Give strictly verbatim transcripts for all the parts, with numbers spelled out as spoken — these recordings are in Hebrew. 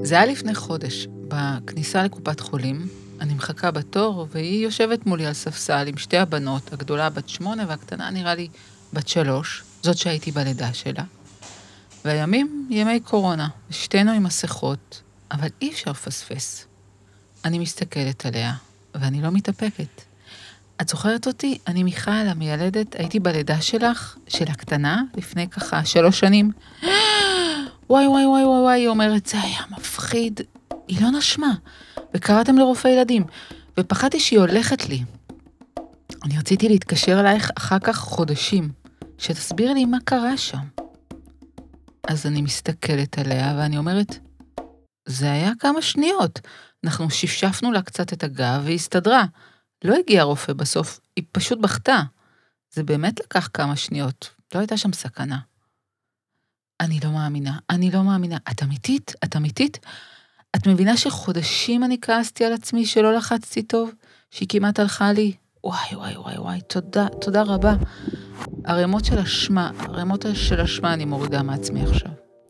זה היה לפני חודש, בכניסה לקופת חולים, אני מחכה בתור, והיא יושבת מולי על ספסל עם שתי הבנות, הגדולה בת שמונה והקטנה נראה לי בת שלוש, זאת שהייתי בלידה שלה. והימים ימי קורונה, שתינו עם מסכות, אבל אי אפשר לפספס. אני מסתכלת עליה, ואני לא מתאפקת. את זוכרת אותי? אני מיכל, המיילדת, הייתי בלידה שלך, של הקטנה, לפני ככה שלוש שנים. וואי וואי וואי וואי וואי, היא אומרת, זה היה מפחיד. היא לא נשמה. וקראתם לרופא ילדים, ופחדתי שהיא הולכת לי. אני רציתי להתקשר אלייך אחר כך חודשים, שתסביר לי מה קרה שם. אז אני מסתכלת עליה ואני אומרת, זה היה כמה שניות. אנחנו שפשפנו לה קצת את הגב והיא הסתדרה. לא הגיע רופא בסוף, היא פשוט בכתה. זה באמת לקח כמה שניות, לא הייתה שם סכנה. אני לא מאמינה, אני לא מאמינה. את אמיתית? את אמיתית? את מבינה שחודשים אני כעסתי על עצמי שלא לחצתי טוב? שהיא כמעט הלכה לי? וואי וואי וואי וואי, תודה, תודה רבה. הרמות של אשמה, הרמות של אשמה אני מורידה מעצמי עכשיו.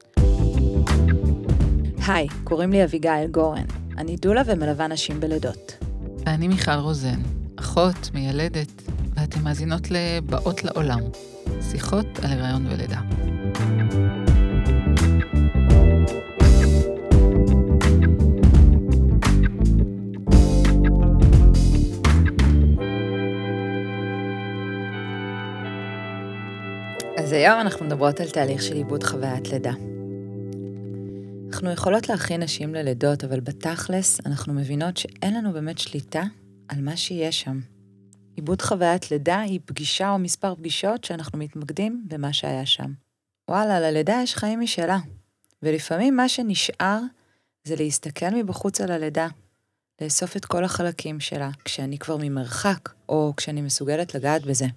היי, קוראים לי אביגיל גורן. אני דולה ומלווה נשים בלידות. ואני מיכל רוזן, אחות, מיילדת, ואתן מאזינות לבאות לעולם. שיחות על הריון ולידה. אז היום אנחנו מדברות על תהליך של עיבוד חוויית לידה. אנחנו יכולות להכין נשים ללידות, אבל בתכלס אנחנו מבינות שאין לנו באמת שליטה על מה שיש שם. עיבוד חוויית לידה היא פגישה או מספר פגישות שאנחנו מתמקדים במה שהיה שם. וואלה, ללידה יש חיים משלה. ולפעמים מה שנשאר זה להסתכל מבחוץ על הלידה, לאסוף את כל החלקים שלה, כשאני כבר ממרחק, או כשאני מסוגלת לגעת בזה.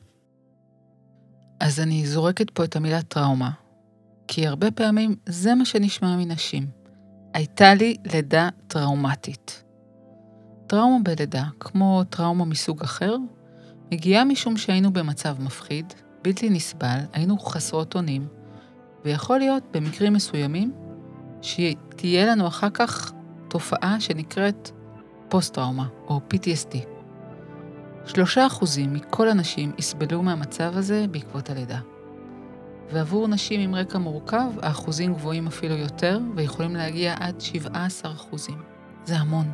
אז אני זורקת פה את המילה טראומה, כי הרבה פעמים זה מה שנשמע מנשים. הייתה לי לידה טראומטית. טראומה בלידה, כמו טראומה מסוג אחר, מגיעה משום שהיינו במצב מפחיד, בלתי נסבל, היינו חסרות אונים, ויכול להיות במקרים מסוימים שתהיה לנו אחר כך תופעה שנקראת פוסט-טראומה או פי טי אס די. שלושה אחוזים מכל הנשים יסבלו מהמצב הזה בעקבות הלידה. ועבור נשים עם רקע מורכב, האחוזים גבוהים אפילו יותר, ויכולים להגיע עד שבעה עשר אחוזים. זה המון.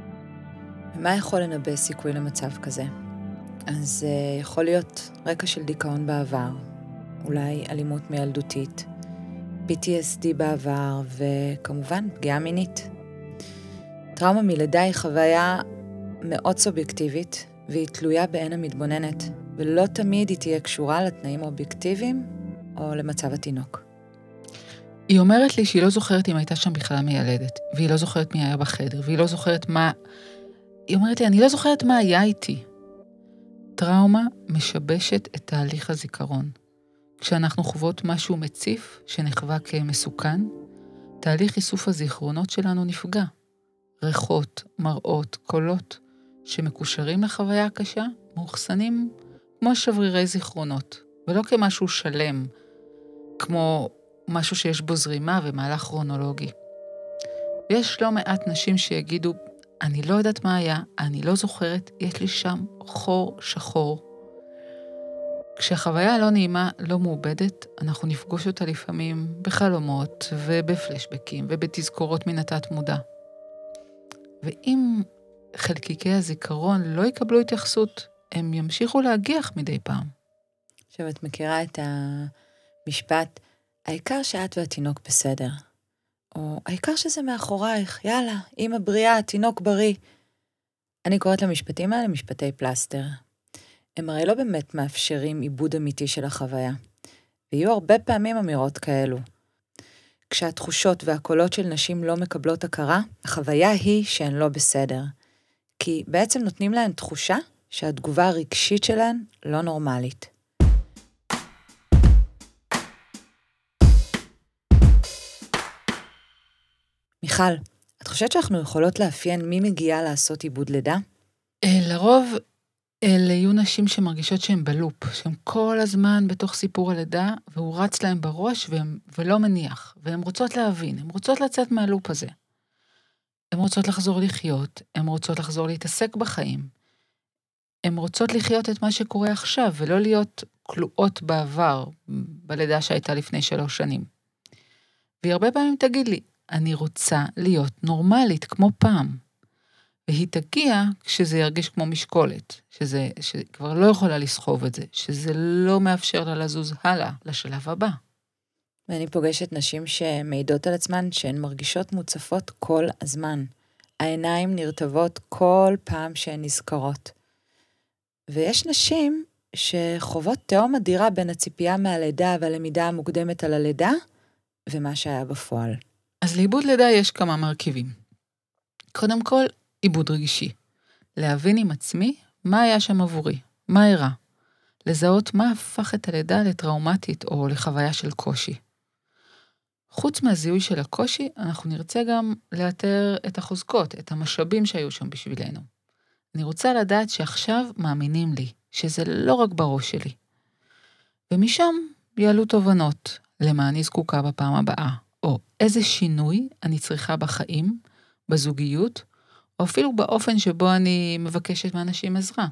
ומה יכול לנבא סיכוי למצב כזה? אז uh, יכול להיות רקע של דיכאון בעבר, אולי אלימות מילדותית, פי טי אס די בעבר, וכמובן פגיעה מינית. טראומה מלידה היא חוויה מאוד סובייקטיבית, והיא תלויה בעין המתבוננת, ולא תמיד היא תהיה קשורה לתנאים אובייקטיביים או למצב התינוק. היא אומרת לי שהיא לא זוכרת אם הייתה שם בכלל מיילדת, והיא לא זוכרת מי היה בחדר, והיא לא זוכרת מה... היא אומרת לי, אני לא זוכרת מה היה איתי. טראומה משבשת את תהליך הזיכרון. כשאנחנו חוות משהו מציף, שנחווה כמסוכן, תהליך איסוף הזיכרונות שלנו נפגע. ריחות, מראות, קולות, שמקושרים לחוויה הקשה, מאוחסנים כמו שברירי זיכרונות, ולא כמשהו שלם, כמו משהו שיש בו זרימה ומהלך כרונולוגי. ויש לא מעט נשים שיגידו, אני לא יודעת מה היה, אני לא זוכרת, יש לי שם חור שחור. כשהחוויה לא נעימה, לא מעובדת, אנחנו נפגוש אותה לפעמים בחלומות ובפלשבקים ובתזכורות מן התת מודע. ואם חלקיקי הזיכרון לא יקבלו התייחסות, הם ימשיכו להגיח מדי פעם. עכשיו את מכירה את המשפט, העיקר שאת והתינוק בסדר, או העיקר שזה מאחורייך, יאללה, אמא בריאה, התינוק בריא. אני קוראת למשפטים האלה משפטי פלסטר. הם הרי לא באמת מאפשרים עיבוד אמיתי של החוויה, ויהיו הרבה פעמים אמירות כאלו. כשהתחושות והקולות של נשים לא מקבלות הכרה, החוויה היא שהן לא בסדר. כי בעצם נותנים להן תחושה שהתגובה הרגשית שלהן לא נורמלית. מיכל, את חושבת שאנחנו יכולות לאפיין מי מגיעה לעשות עיבוד לידה? לרוב אלה יהיו נשים שמרגישות שהן בלופ, שהן כל הזמן בתוך סיפור הלידה, והוא רץ להן בראש והם, ולא מניח, והן רוצות להבין, הן רוצות לצאת מהלופ הזה. הן רוצות לחזור לחיות, הן רוצות לחזור להתעסק בחיים. הן רוצות לחיות את מה שקורה עכשיו, ולא להיות כלואות בעבר, בלידה שהייתה לפני שלוש שנים. והיא הרבה פעמים תגיד לי, אני רוצה להיות נורמלית כמו פעם. והיא תגיע כשזה ירגיש כמו משקולת, שזה, שכבר לא יכולה לסחוב את זה, שזה לא מאפשר לה לזוז הלאה, לשלב הבא. ואני פוגשת נשים שמעידות על עצמן שהן מרגישות מוצפות כל הזמן. העיניים נרטבות כל פעם שהן נזכרות. ויש נשים שחוות תהום אדירה בין הציפייה מהלידה והלמידה המוקדמת על הלידה, ומה שהיה בפועל. אז לאיבוד לידה יש כמה מרכיבים. קודם כל, עיבוד רגשי. להבין עם עצמי מה היה שם עבורי, מה אירע. לזהות מה הפך את הלידה לטראומטית או לחוויה של קושי. חוץ מהזיהוי של הקושי, אנחנו נרצה גם לאתר את החוזקות, את המשאבים שהיו שם בשבילנו. אני רוצה לדעת שעכשיו מאמינים לי, שזה לא רק בראש שלי. ומשם יעלו תובנות למה אני זקוקה בפעם הבאה, או איזה שינוי אני צריכה בחיים, בזוגיות, או אפילו באופן שבו אני מבקשת מאנשים עזרה.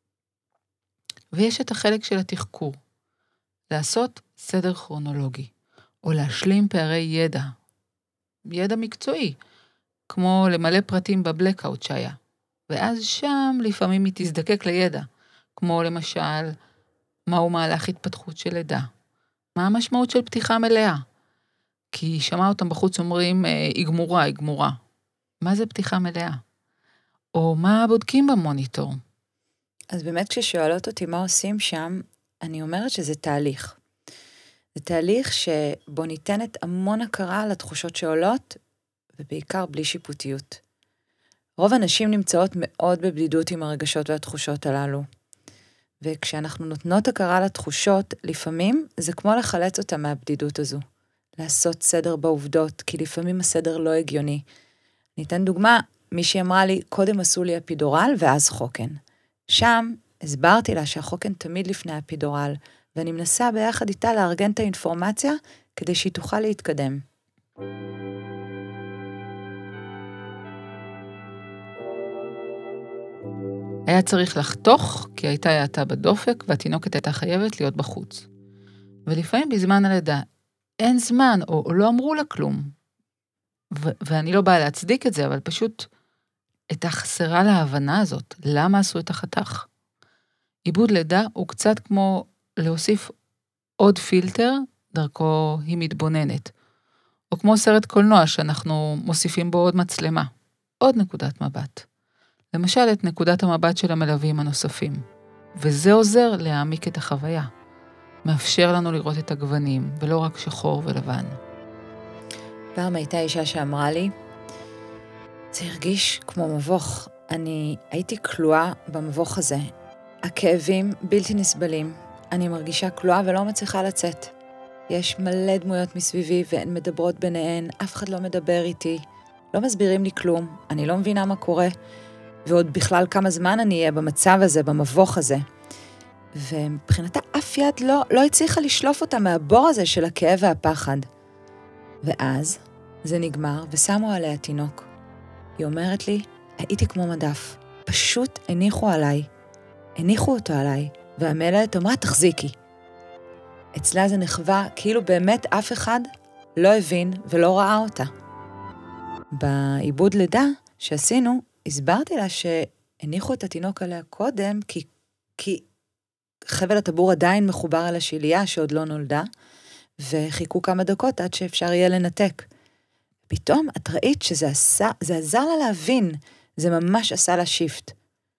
ויש את החלק של התחקור, לעשות סדר כרונולוגי, או להשלים פערי ידע, ידע מקצועי, כמו למלא פרטים בבלקאוט שהיה. ואז שם לפעמים היא תזדקק לידע, כמו למשל, מהו מהלך התפתחות של לידה, מה המשמעות של פתיחה מלאה, כי היא שמעה אותם בחוץ אומרים, היא גמורה, היא גמורה. מה זה פתיחה מלאה? או מה בודקים במוניטור? אז באמת כששואלות אותי מה עושים שם, אני אומרת שזה תהליך. זה תהליך שבו ניתנת המון הכרה על התחושות שעולות, ובעיקר בלי שיפוטיות. רוב הנשים נמצאות מאוד בבדידות עם הרגשות והתחושות הללו. וכשאנחנו נותנות הכרה לתחושות, לפעמים זה כמו לחלץ אותה מהבדידות הזו. לעשות סדר בעובדות, כי לפעמים הסדר לא הגיוני. ניתן דוגמה, מישהי אמרה לי, קודם עשו לי אפידורל ואז חוקן. שם הסברתי לה שהחוקן תמיד לפני האפידורל, ואני מנסה ביחד איתה לארגן את האינפורמציה, כדי שהיא תוכל להתקדם. היה צריך לחתוך, כי הייתה יעתה בדופק, והתינוקת הייתה חייבת להיות בחוץ. ולפעמים בזמן הלידה, אין זמן, או, או לא אמרו לה כלום. ו- ואני לא באה להצדיק את זה, אבל פשוט הייתה חסרה להבנה הזאת, למה עשו את החתך. עיבוד לידה הוא קצת כמו להוסיף עוד פילטר, דרכו היא מתבוננת. או כמו סרט קולנוע שאנחנו מוסיפים בו עוד מצלמה, עוד נקודת מבט. למשל את נקודת המבט של המלווים הנוספים. וזה עוזר להעמיק את החוויה. מאפשר לנו לראות את הגוונים, ולא רק שחור ולבן. פעם הייתה אישה שאמרה לי, זה הרגיש כמו מבוך. אני הייתי כלואה במבוך הזה. הכאבים בלתי נסבלים. אני מרגישה כלואה ולא מצליחה לצאת. יש מלא דמויות מסביבי והן מדברות ביניהן, אף אחד לא מדבר איתי. לא מסבירים לי כלום, אני לא מבינה מה קורה. ועוד בכלל כמה זמן אני אהיה במצב הזה, במבוך הזה. ומבחינתה אף יד לא, לא הצליחה לשלוף אותה מהבור הזה של הכאב והפחד. ואז זה נגמר ושמו עליה תינוק. היא אומרת לי, הייתי כמו מדף, פשוט הניחו עליי. הניחו אותו עליי, והמלט אמרה תחזיקי. אצלה זה נחווה כאילו באמת אף אחד לא הבין ולא ראה אותה. בעיבוד לידה שעשינו, הסברתי לה שהניחו את התינוק עליה קודם, כי, כי חבל הטבור עדיין מחובר על השיליה שעוד לא נולדה, וחיכו כמה דקות עד שאפשר יהיה לנתק. פתאום את ראית שזה עשה, זה עזר לה להבין, זה ממש עשה לה שיפט.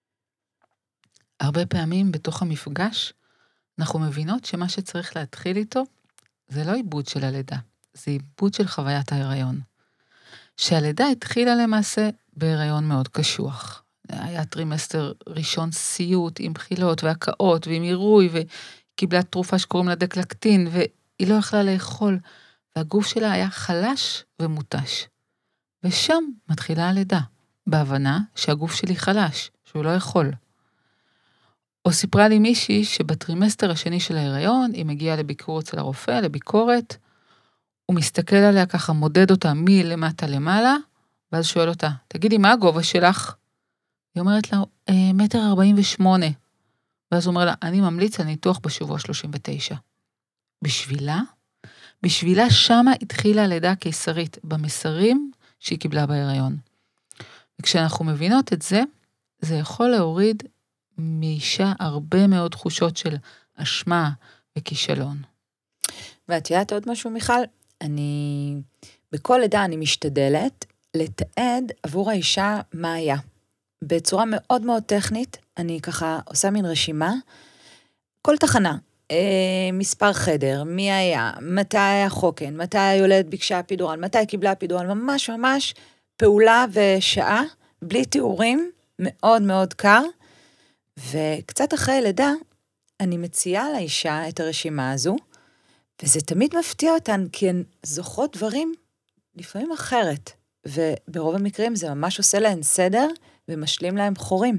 הרבה פעמים בתוך המפגש, אנחנו מבינות שמה שצריך להתחיל איתו, זה לא עיבוד של הלידה, זה עיבוד של חוויית ההיריון. שהלידה התחילה למעשה בהיריון מאוד קשוח. היה טרימסטר ראשון סיוט עם בחילות והקאות ועם עירוי, וקיבלה תרופה שקוראים לה דקלקטין, והיא לא יכלה לאכול, והגוף שלה היה חלש ומותש. ושם מתחילה הלידה, בהבנה שהגוף שלי חלש, שהוא לא יכול. או סיפרה לי מישהי שבטרימסטר השני של ההיריון, היא מגיעה לביקור אצל הרופא, לביקורת, הוא מסתכל עליה ככה, מודד אותה מלמטה למעלה, ואז שואל אותה, תגידי, מה הגובה שלך? היא אומרת לה, אה, מטר ארבעים ושמונה. ואז הוא אומר לה, אני ממליץ על ניתוח בשבוע שלושים ותשע. בשבילה? בשבילה שמה התחילה הלידה הקיסרית, במסרים שהיא קיבלה בהיריון. וכשאנחנו מבינות את זה, זה יכול להוריד מאישה הרבה מאוד תחושות של אשמה וכישלון. ואת יודעת עוד משהו, מיכל? אני, בכל לידה אני משתדלת לתעד עבור האישה מה היה. בצורה מאוד מאוד טכנית, אני ככה עושה מין רשימה, כל תחנה, אה, מספר חדר, מי היה, מתי היה חוקן, מתי היולדת ביקשה הפידורל, מתי קיבלה הפידורל, ממש ממש פעולה ושעה, בלי תיאורים, מאוד מאוד קר, וקצת אחרי לידה, אני מציעה לאישה את הרשימה הזו, וזה תמיד מפתיע אותן, כי הן זוכרות דברים לפעמים אחרת, וברוב המקרים זה ממש עושה להן סדר, ומשלים להם חורים,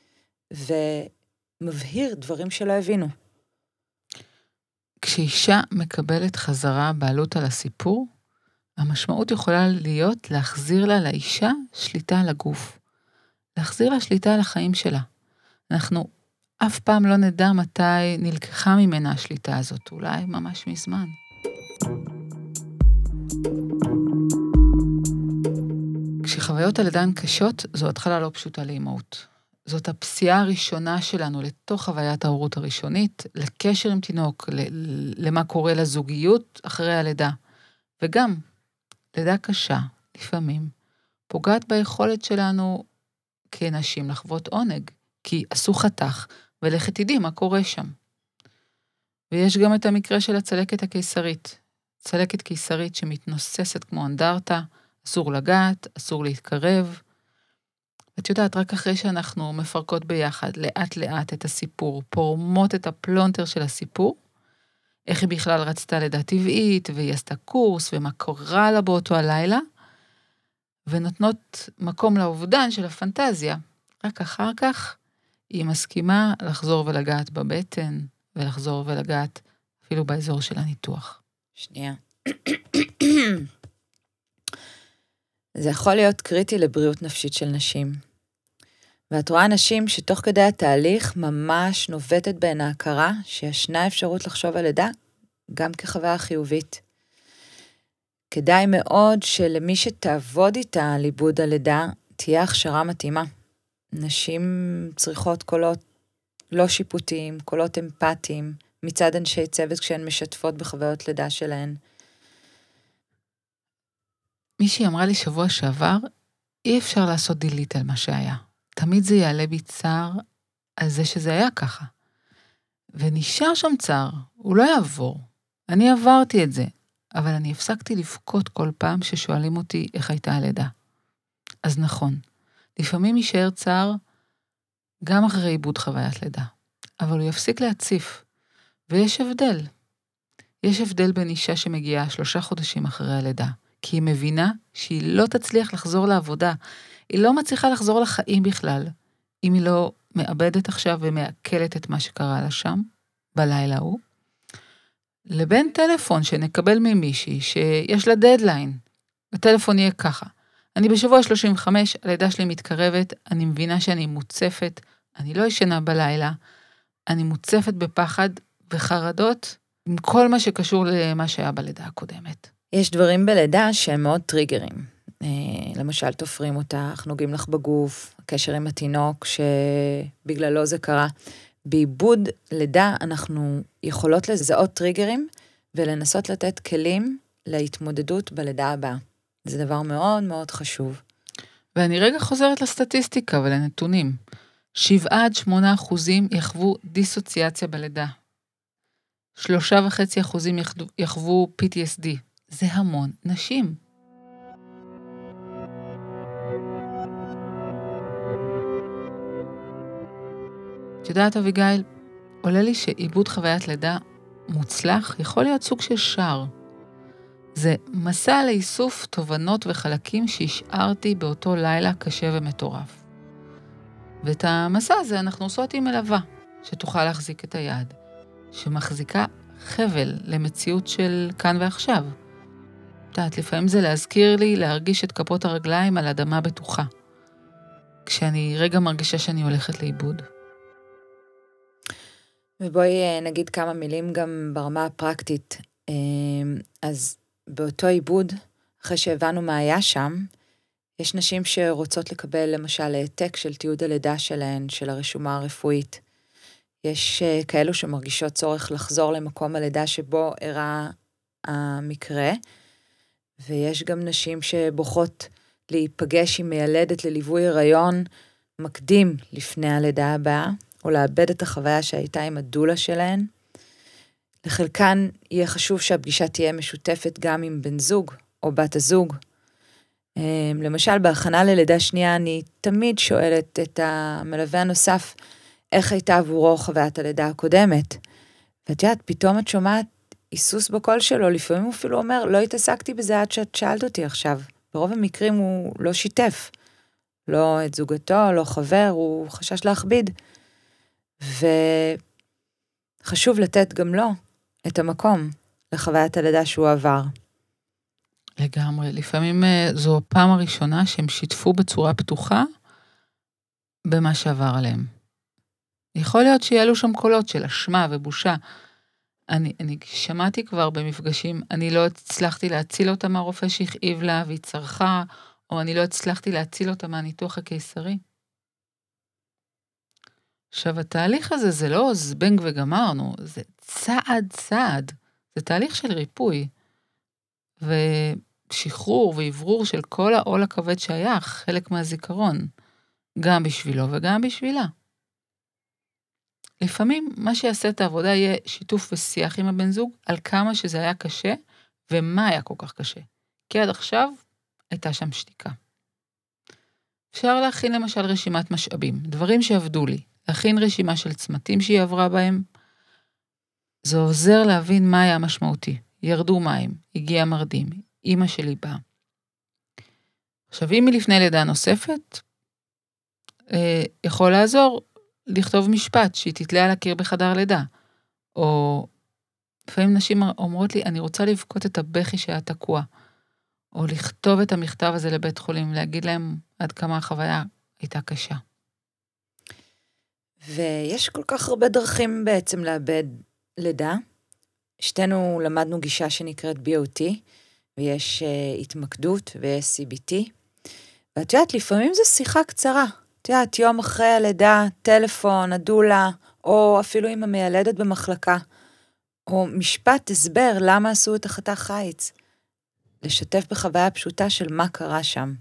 ומבהיר דברים שלא הבינו. כשאישה מקבלת חזרה בעלות על הסיפור, המשמעות יכולה להיות להחזיר לה לאישה שליטה על הגוף. להחזיר לה שליטה על החיים שלה. אנחנו אף פעם לא נדע מתי נלקחה ממנה השליטה הזאת, אולי ממש מזמן. כשחוויות הלידה הן קשות, זו התחלה לא פשוטה לאימהות. זאת הפסיעה הראשונה שלנו לתוך חוויית ההורות הראשונית, לקשר עם תינוק, למה קורה לזוגיות אחרי הלידה. וגם, לידה קשה, לפעמים, פוגעת ביכולת שלנו כנשים לחוות עונג, כי עשו חתך, ולכת תדעי מה קורה שם. ויש גם את המקרה של הצלקת הקיסרית. צלקת קיסרית שמתנוססת כמו אנדרטה, אסור לגעת, אסור להתקרב. את יודעת, רק אחרי שאנחנו מפרקות ביחד, לאט לאט את הסיפור, פורמות את הפלונטר של הסיפור, איך היא בכלל רצתה לידה טבעית, והיא עשתה קורס, ומה קורה לה באותו הלילה, ונותנות מקום לאובדן של הפנטזיה. רק אחר כך היא מסכימה לחזור ולגעת בבטן, ולחזור ולגעת אפילו באזור של הניתוח. שנייה. זה יכול להיות קריטי לבריאות נפשית של נשים. ואת רואה נשים שתוך כדי התהליך ממש נובטת בין ההכרה שישנה אפשרות לחשוב על לידה גם כחוויה חיובית. כדאי מאוד שלמי שתעבוד איתה על עיבוד הלידה תהיה הכשרה מתאימה. נשים צריכות קולות לא שיפוטיים, קולות אמפתיים, מצד אנשי צוות כשהן משתפות בחוויות לידה שלהן. מישהי אמרה לי שבוע שעבר, אי אפשר לעשות דילית על מה שהיה. תמיד זה יעלה בי צער על זה שזה היה ככה. ונשאר שם צער, הוא לא יעבור. אני עברתי את זה, אבל אני הפסקתי לבכות כל פעם ששואלים אותי איך הייתה הלידה. אז נכון, לפעמים יישאר צער גם אחרי עיבוד חוויית לידה, אבל הוא יפסיק להציף, ויש הבדל. יש הבדל בין אישה שמגיעה שלושה חודשים אחרי הלידה, כי היא מבינה שהיא לא תצליח לחזור לעבודה, היא לא מצליחה לחזור לחיים בכלל, אם היא לא מאבדת עכשיו ומעכלת את מה שקרה לה שם, בלילה ההוא, לבין טלפון שנקבל ממישהי שיש לה דדליין, הטלפון יהיה ככה, אני בשבוע שלושים וחמש, הלידה שלי מתקרבת, אני מבינה שאני מוצפת, אני לא ישנה בלילה, אני מוצפת בפחד וחרדות, עם כל מה שקשור למה שהיה בלידה הקודמת. יש דברים בלידה שהם מאוד טריגרים. למשל, תופרים אותך, נוגעים לך בגוף, הקשר עם התינוק, שבגללו זה קרה. בעיבוד לידה אנחנו יכולות לזהות טריגרים, ולנסות לתת כלים להתמודדות בלידה הבאה. זה דבר מאוד מאוד חשוב. ואני רגע חוזרת לסטטיסטיקה ולנתונים. שבעה עד שמונה אחוזים יחוו דיסוציאציה בלידה. שלושה וחצי אחוזים יחוו פי טי אס די. זה המון נשים. את יודעת, אביגיל, עולה לי שעיבוד חוויית לידה מוצלח יכול להיות סוג של שער. זה מסע לאיסוף תובנות וחלקים שהשארתי באותו לילה קשה ומטורף. ואת המסע הזה אנחנו עושות עם מלווה, שתוכל להחזיק את היד, שמחזיקה חבל למציאות של כאן ועכשיו. יודעת, לפעמים זה להזכיר לי להרגיש את כפות הרגליים על אדמה בטוחה. כשאני רגע מרגישה שאני הולכת לאיבוד. ובואי נגיד כמה מילים גם ברמה הפרקטית. אז באותו עיבוד, אחרי שהבנו מה היה שם, יש נשים שרוצות לקבל למשל העתק של תיעוד הלידה שלהן, של הרשומה הרפואית. יש כאלו שמרגישות צורך לחזור למקום הלידה שבו אירע המקרה, ויש גם נשים שבוחרות להיפגש עם מיילדת לליווי הריון מקדים לפני הלידה הבאה, או לאבד את החוויה שהייתה עם הדולה שלהן. לחלקן יהיה חשוב שהפגישה תהיה משותפת גם עם בן זוג או בת הזוג. למשל, בהכנה ללידה שנייה אני תמיד שואלת את המלווה הנוסף, איך הייתה עבורו חוויית הלידה הקודמת. ואת יודעת, פתאום את שומעת היסוס בקול שלו, לפעמים הוא אפילו אומר, לא התעסקתי בזה עד שאת שאלת אותי עכשיו. ברוב המקרים הוא לא שיתף. לא את זוגתו, לא חבר, הוא חשש להכביד. וחשוב לתת גם לו את המקום לחוויית הלידה שהוא עבר. לגמרי, לפעמים זו הפעם הראשונה שהם שיתפו בצורה פתוחה במה שעבר עליהם. יכול להיות שיעלו שם קולות של אשמה ובושה. אני, אני שמעתי כבר במפגשים, אני לא הצלחתי להציל אותה מהרופא שהכאיב לה והיא צרחה, או אני לא הצלחתי להציל אותה מהניתוח הקיסרי. עכשיו, התהליך הזה זה לא זבנג וגמרנו, זה צעד צעד, זה תהליך של ריפוי, ושחרור ועברור של כל העול הכבד שהיה, חלק מהזיכרון, גם בשבילו וגם בשבילה. לפעמים מה שיעשה את העבודה יהיה שיתוף ושיח עם הבן זוג, על כמה שזה היה קשה, ומה היה כל כך קשה. כי עד עכשיו הייתה שם שתיקה. אפשר להכין למשל רשימת משאבים, דברים שעבדו לי, להכין רשימה של צמתים שהיא עברה בהם, זה עוזר להבין מה היה משמעותי. ירדו מים, הגיע מרדים, אמא שלי באה. עכשיו, אם היא לפני לידה נוספת, אה, יכול לעזור לכתוב משפט שהיא תתלה על הקיר בחדר לידה. או לפעמים נשים אומרות לי, אני רוצה לבכות את הבכי שהיה תקוע. או לכתוב את המכתב הזה לבית חולים, להגיד להם עד כמה החוויה הייתה קשה. ויש כל כך הרבה דרכים בעצם לאבד לידה. שתינו למדנו גישה שנקראת בי או טי, ויש uh, התמקדות ויש סי בי טי. ואת יודעת, לפעמים זו שיחה קצרה. את יודעת, יום אחרי הלידה, טלפון, הדולה, או אפילו עם המיילדת במחלקה, או משפט הסבר למה עשו את החתך חיץ. לשתף בחוויה פשוטה של מה קרה שם.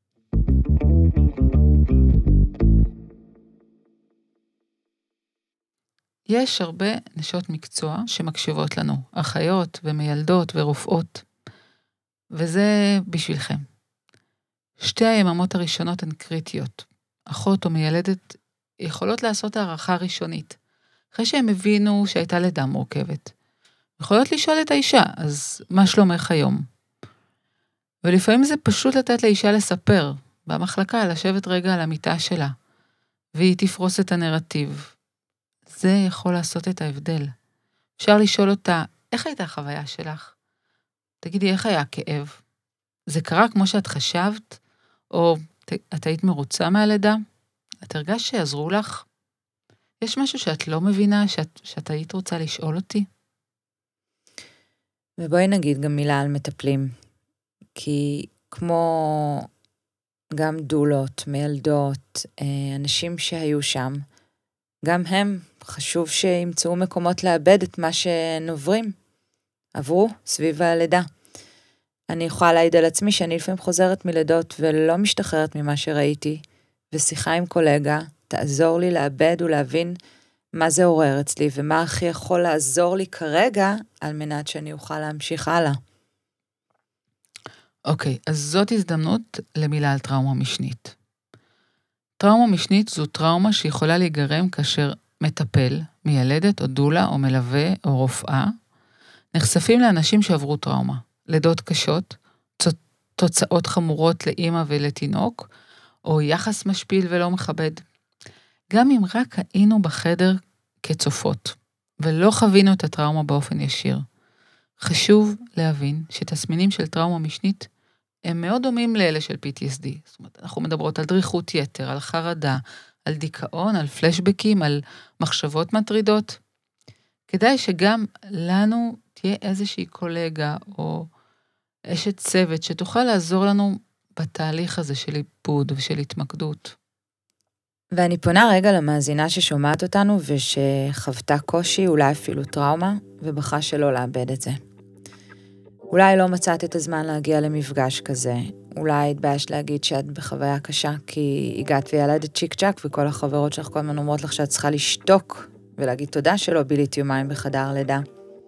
יש הרבה נשות מקצוע שמקשיבות לנו, אחיות ומיילדות ורופאות, וזה בשבילכם. שתי היממות הראשונות הן קריטיות. אחות או מיילדת יכולות לעשות הערכה ראשונית, אחרי שהם הבינו שהייתה לידה מורכבת. יכולות לשאול את האישה, אז מה שלומך היום? ולפעמים זה פשוט לתת לאישה לספר, במחלקה לשבת רגע על המיטה שלה, והיא תפרוס את הנרטיב. זה יכול לעשות את ההבדל. אפשר לשאול אותה, איך הייתה החוויה שלך? תגידי, איך היה הכאב? זה קרה כמו שאת חשבת? או את היית מרוצה מהלידה? את הרגשת שיעזרו לך? יש משהו שאת לא מבינה, שאת, שאת היית רוצה לשאול אותי? ובואי נגיד גם מילה על מטפלים. כי כמו גם דולות, מיילדות, אנשים שהיו שם, גם הם חשוב שימצאו מקומות לאבד את מה שנוברים, עברו סביב הלידה. אני יכולה להעיד על עצמי שאני לפעמים חוזרת מלידות ולא משתחררת ממה שראיתי, ושיחה עם קולגה תעזור לי לאבד ולהבין מה זה עורר אצלי, ומה הכי יכול לעזור לי כרגע, על מנת שאני אוכל להמשיך הלאה. אוקיי, אז זאת הזדמנות למילה על טראומה משנית. טראומה משנית זו טראומה שיכולה להיגרם כאשר מטפל, מיילדת או דולה או מלווה או רופאה, נחשפים לאנשים שעברו טראומה, לידות קשות, תוצאות חמורות לאמא ולתינוק, או יחס משפיל ולא מכבד. גם אם רק היינו בחדר כצופות, ולא חווינו את הטראומה באופן ישיר. חשוב להבין שתסמינים של טראומה משנית הם מאוד דומים לאלה של פי טי אס די. זאת אומרת, אנחנו מדברות על דריכות יתר, על חרדה, על דיכאון, על פלשבקים, על מחשבות מטרידות. כדאי שגם לנו תהיה איזושהי קולגה או אשת צוות שתוכל לעזור לנו בתהליך הזה של איבוד ושל התמקדות. ואני פונה רגע למאזינה ששומעת אותנו ושחוותה קושי, אולי אפילו טראומה, ובחרה שלא לאבד את זה. אולי לא מצאת את הזמן להגיע למפגש כזה, אולי התביישת להגיד שאת בחוויה קשה כי הגעת וילדת צ'יק צ'ק וכל החברות שלך כל הזמן אומרות לך שאת צריכה לשתוק ולהגיד תודה שלא בילית יומיים בחדר לידה.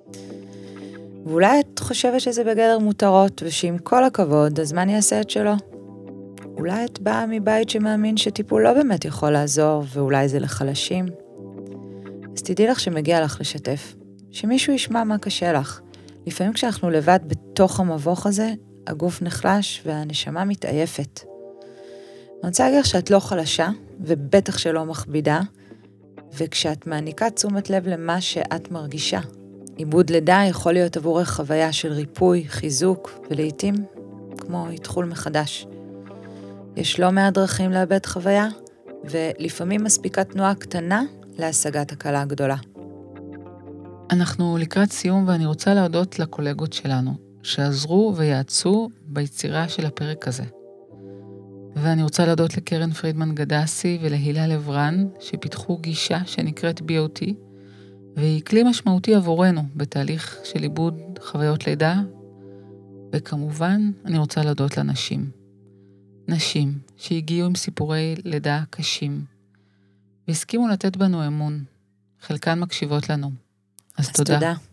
ואולי את חושבת שזה בגדר מותרות ושעם כל הכבוד הזמן יעשה את שלו. אולי את באה מבית שמאמין שטיפול לא באמת יכול לעזור ואולי זה לחלשים. אז תדעי לך שמגיע לך לשתף, שמישהו ישמע מה קשה לך. לפעמים כשאנחנו לבד בתוך המבוך הזה, הגוף נחלש והנשמה מתעייפת. אני רוצה להגיד לך שאת לא חלשה, ובטח שלא מכבידה, וכשאת מעניקה תשומת לב למה שאת מרגישה. עיבוד לידה יכול להיות עבורך חוויה של ריפוי, חיזוק, ולעיתים כמו התחול מחדש. יש לא מעט דרכים לאבד חוויה, ולפעמים מספיקה תנועה קטנה להשגת הקלה הגדולה. אנחנו לקראת סיום ואני רוצה להודות לקולגות שלנו, שעזרו ויעצו ביצירה של הפרק הזה. ואני רוצה להודות לקרן פרידמן גדסי ולהילה לברן, שפיתחו גישה שנקראת בי או טי, והיא כלי משמעותי עבורנו בתהליך של עיבוד חוויות לידה, וכמובן אני רוצה להודות לנשים. נשים שהגיעו עם סיפורי לידה קשים, והסכימו לתת בנו אמון, חלקן מקשיבות לנו. אז, אז תודה. תודה.